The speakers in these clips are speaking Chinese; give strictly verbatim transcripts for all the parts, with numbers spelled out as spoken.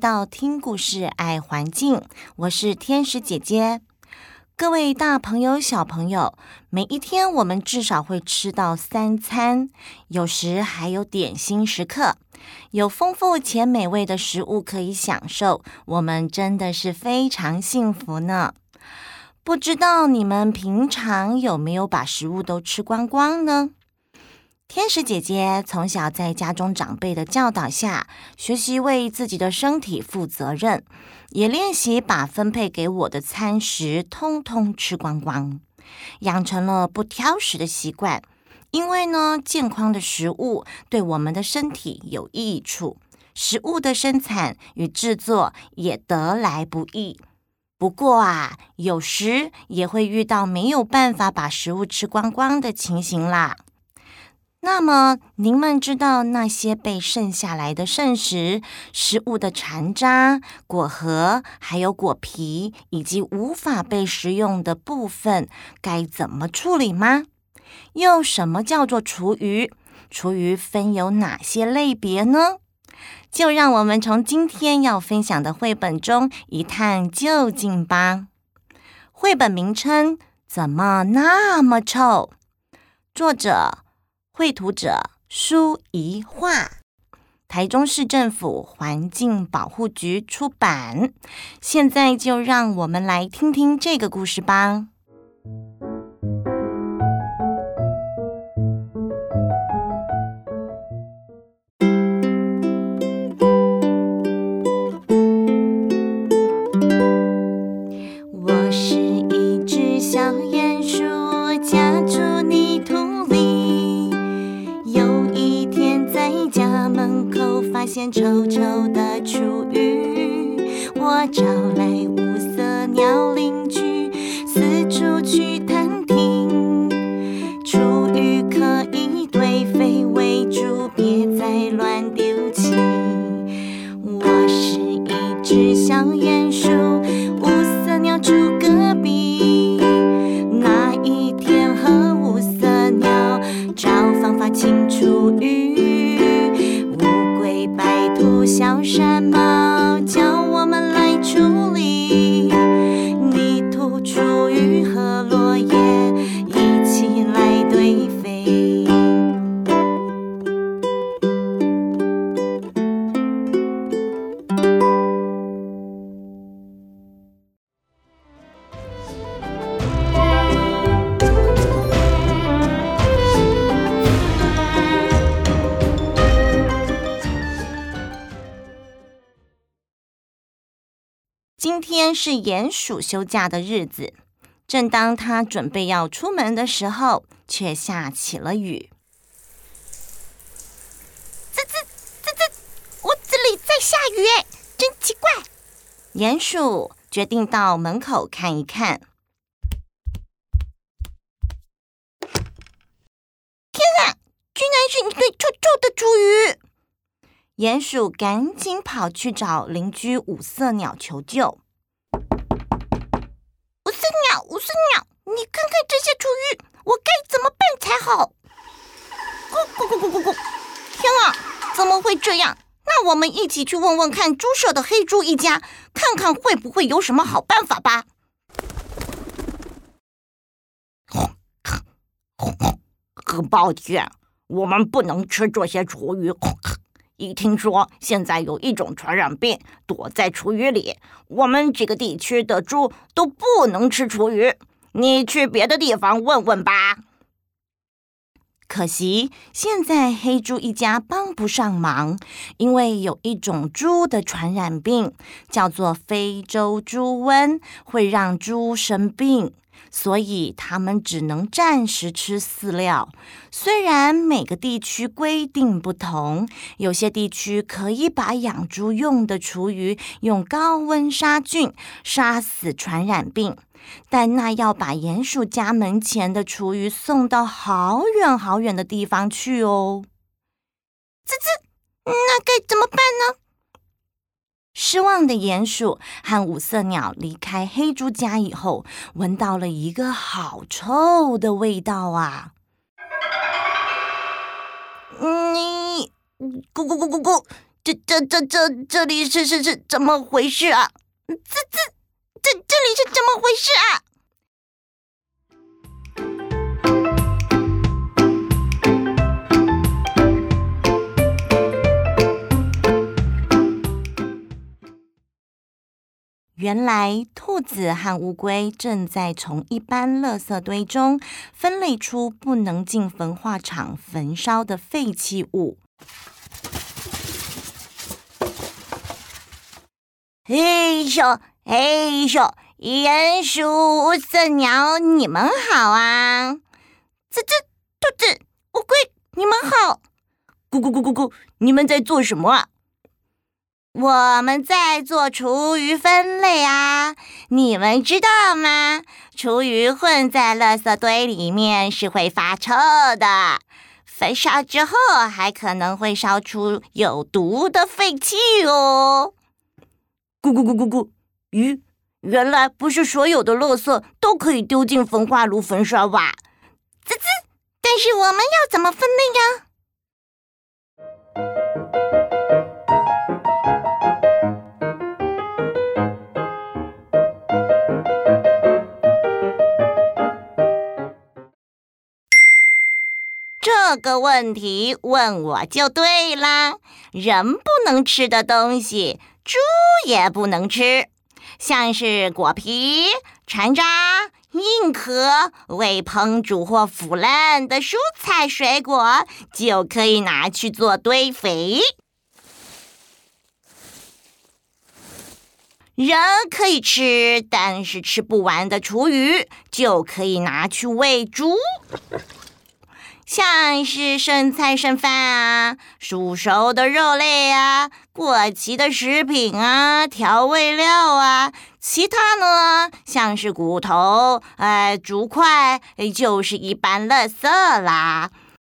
到听故事爱环境，我是天使姐姐。各位大朋友小朋友，每一天我们至少会吃到三餐，有时还有点心时刻，有丰富且美味的食物可以享受，我们真的是非常幸福呢。不知道你们平常有没有把食物都吃光光呢？天使姐姐从小在家中长辈的教导下，学习为自己的身体负责任，也练习把分配给我的餐食通通吃光光，养成了不挑食的习惯。因为呢，健康的食物对我们的身体有益处，食物的生产与制作也得来不易。不过啊，有时也会遇到没有办法把食物吃光光的情形啦。那么，您们知道那些被剩下来的剩食、食物的残渣、果核，还有果皮，以及无法被食用的部分，该怎么处理吗？又什么叫做厨余？厨余分有哪些类别呢？就让我们从今天要分享的绘本中一探究竟吧。绘本名称：怎么那么臭？作者绘图者舒怡画，台中市政府环境保护局出版。现在就让我们来听听这个故事吧。我是一只小鼹鼠，家住泥土里。发现臭臭的厨余，我找来五色鸟邻居，四处去探听。厨余可以堆肥为主，别再乱丢弃。我是一只小鼹鼠，五色鸟住隔壁。那一天和五色鸟找方法清厨余。小山猫叫我们来处理泥土、厨余和落叶，一起来堆肥。今天是鼹鼠休假的日子，正当他准备要出门的时候，却下起了雨。滋滋滋滋，屋子里在下雨耶，真奇怪。鼹鼠决定到门口看一看。天啊，居然是一堆臭臭的厨余！鼹鼠赶紧跑去找邻居五色鸟求救。五色鸟，五色鸟，你看看这些厨余，我该怎么办才好？咕咕咕咕咕咕！天啊，怎么会这样？那我们一起去问问看猪舍的黑猪一家，看看会不会有什么好办法吧。 很抱歉，我们不能吃这些厨余。一听说现在有一种传染病躲在厨余里，我们这个地区的猪都不能吃厨余。你去别的地方问问吧。 可惜现在黑猪一家帮不上忙，因为有一种猪的传染病叫做非洲猪瘟，会让猪生病。所以他们只能暂时吃饲料。虽然每个地区规定不同，有些地区可以把养猪用的厨余用高温杀菌，杀死传染病，但那要把鼹鼠家门前的厨余送到好远好远的地方去哦。滋滋，那该怎么办呢？失望的鼹鼠和五色鸟离开黑猪家以后，闻到了一个好臭的味道啊！你咕咕咕咕咕， 这这这这这里是是是怎么回事啊？这这这这里是怎么回事啊？ 原来兔子和乌龟正在从一般垃圾堆中分类出不能进焚化厂焚烧的废弃物。 嘿咻嘿咻，鼹鼠、色鸟，你们好啊！这这兔子、乌龟，你们好！咕咕咕咕咕，你们在做什么啊？我们在做厨余分类啊，你们知道吗？厨余混在垃圾堆里面是会发臭的，焚烧之后还可能会烧出有毒的废气哦。咕咕咕咕咕，咦，原来不是所有的垃圾都可以丢进焚化炉焚烧吧？滋滋，但是我们要怎么分类呀？这个问题问我就对啦。人不能吃的东西，猪也不能吃，像是果皮、残渣、硬壳、未烹煮或腐烂的蔬菜水果，就可以拿去做堆肥。人可以吃，但是吃不完的厨余就可以拿去喂猪。像是剩菜剩饭啊，煮熟的肉类啊，过期的食品啊，调味料啊，其他呢，像是骨头、呃，竹块，就是一般垃圾啦。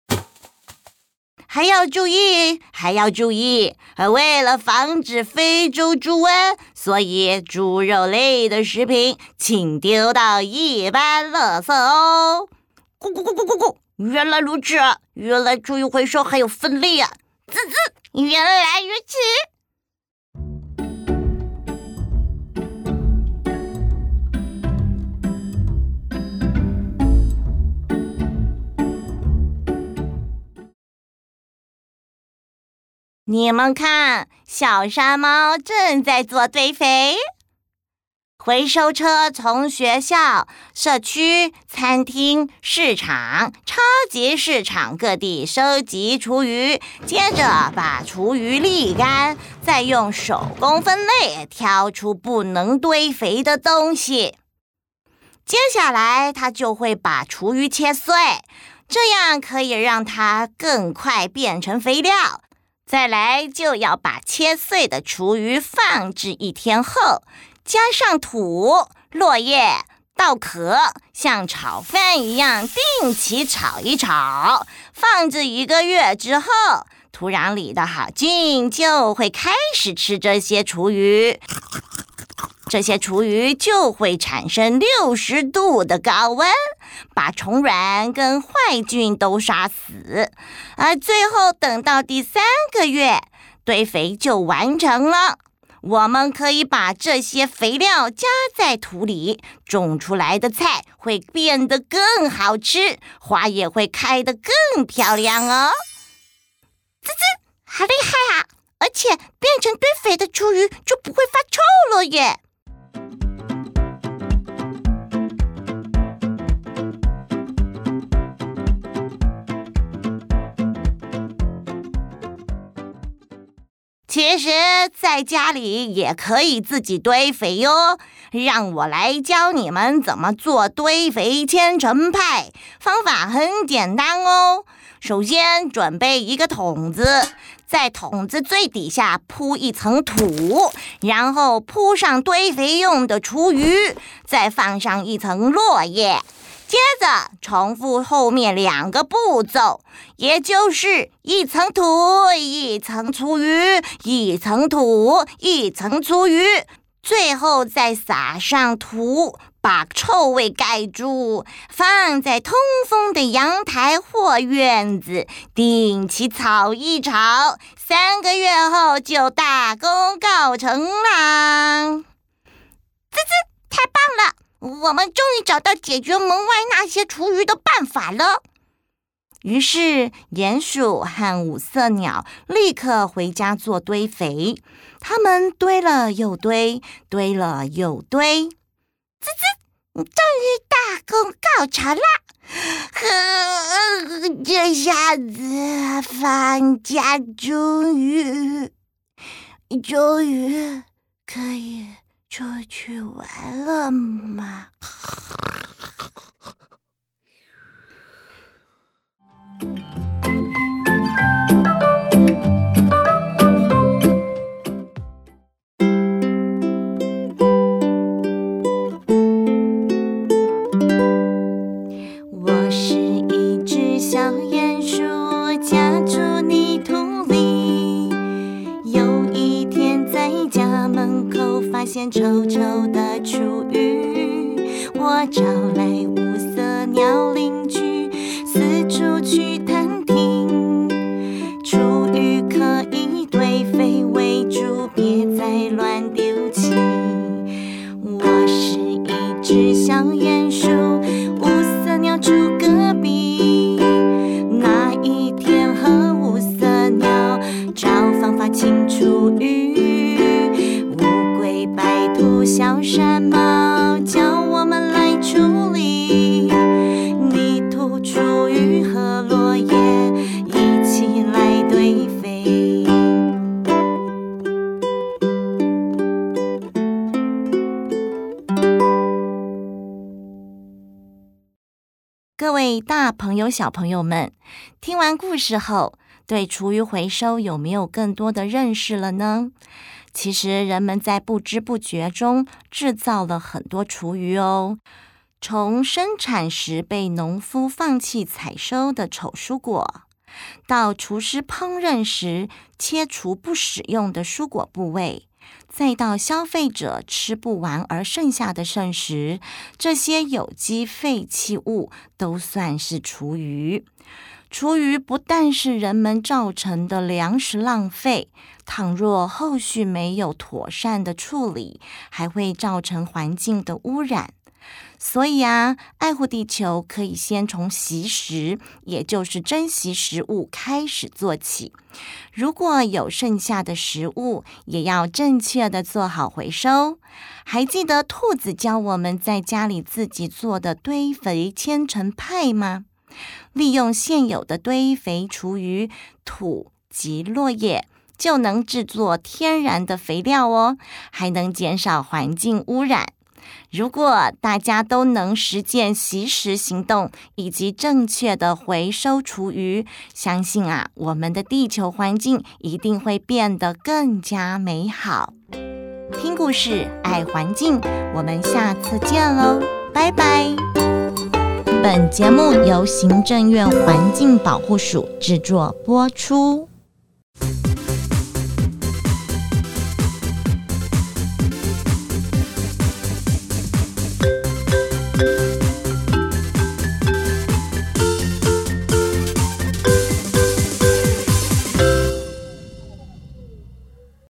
还要注意，还要注意，为了防止非洲猪瘟，所以猪肉类的食品请丢到一般垃圾哦。咕咕咕咕咕咕。原来如此，原来厨余回收还有分类啊！滋滋，原来如此。你们看，小山猫正在做堆肥。回收车从学校、社区、餐厅、市场、超级市场各地收集厨余，接着把厨余沥干，再用手工分类，挑出不能堆肥的东西。接下来，他就会把厨余切碎，这样可以让它更快变成肥料。再来，就要把切碎的厨余放置一天后，加上土、落叶、稻壳，像炒饭一样定期炒一炒，放置一个月之后，土壤里的好菌就会开始吃这些厨余，这些厨余就会产生六十度的高温，把虫卵跟坏菌都杀死，而最后等到第三个月，堆肥就完成了。我们可以把这些肥料加在土里，种出来的菜会变得更好吃，花也会开得更漂亮哦。滋滋，好厉害啊！而且变成堆肥的厨余就不会发臭了耶。其实在家里也可以自己堆肥哟，让我来教你们怎么做堆肥千层派。方法很简单哦。首先准备一个桶子，在桶子最底下铺一层土，然后铺上堆肥用的厨余，再放上一层落叶。接着重复后面两个步骤，也就是一层土，一层厨余，一层土，一层厨余。 最后再撒上土，把臭味盖住，放在通风的阳台或院子，定期草一草，三个月后就大功告成啦！滋滋，太棒了！我们终于找到解决门外那些厨余的办法了。于是，鼹鼠和五色鸟立刻回家做堆肥。他们堆了又堆，堆了又堆。滋滋，终于大功告成啦！呵，这下子放假终于，终于可以出去玩了嘛！我是一只小鼹鼠，家住泥土里。有一天在家门口发现臭臭的厨余，我找来五色鸟邻居，四处去探听。厨余可以堆肥为主，别再乱丢弃。我是一只小鼹鼠，五色鸟住隔壁。那一天和五色鸟找方法清厨余，乌龟、白兔、小山猫叫我们来处理。泥土、厨余和落叶一起来堆肥。各位大朋友小朋友们，听完故事后，对厨余回收有没有更多的认识了呢？其实人们在不知不觉中制造了很多厨余哦。从生产时被农夫放弃采收的丑蔬果，到厨师烹饪时切除不使用的蔬果部位，再到消费者吃不完而剩下的剩食，这些有机废弃物都算是厨余。厨余不但是人们造成的粮食浪费，倘若后续没有妥善的处理，还会造成环境的污染。所以啊，爱护地球可以先从惜食，也就是珍惜食物开始做起。如果有剩下的食物，也要正确的做好回收。还记得兔子教我们在家里自己做的堆肥千层派吗？利用现有的堆肥厨余、土及落叶，就能制作天然的肥料哦，还能减少环境污染。如果大家都能实践惜食行动以及正确的回收厨余，相信啊，我们的地球环境一定会变得更加美好。听故事，爱环境，我们下次见喽，拜拜。本节目由行政院环境保护署制作播出。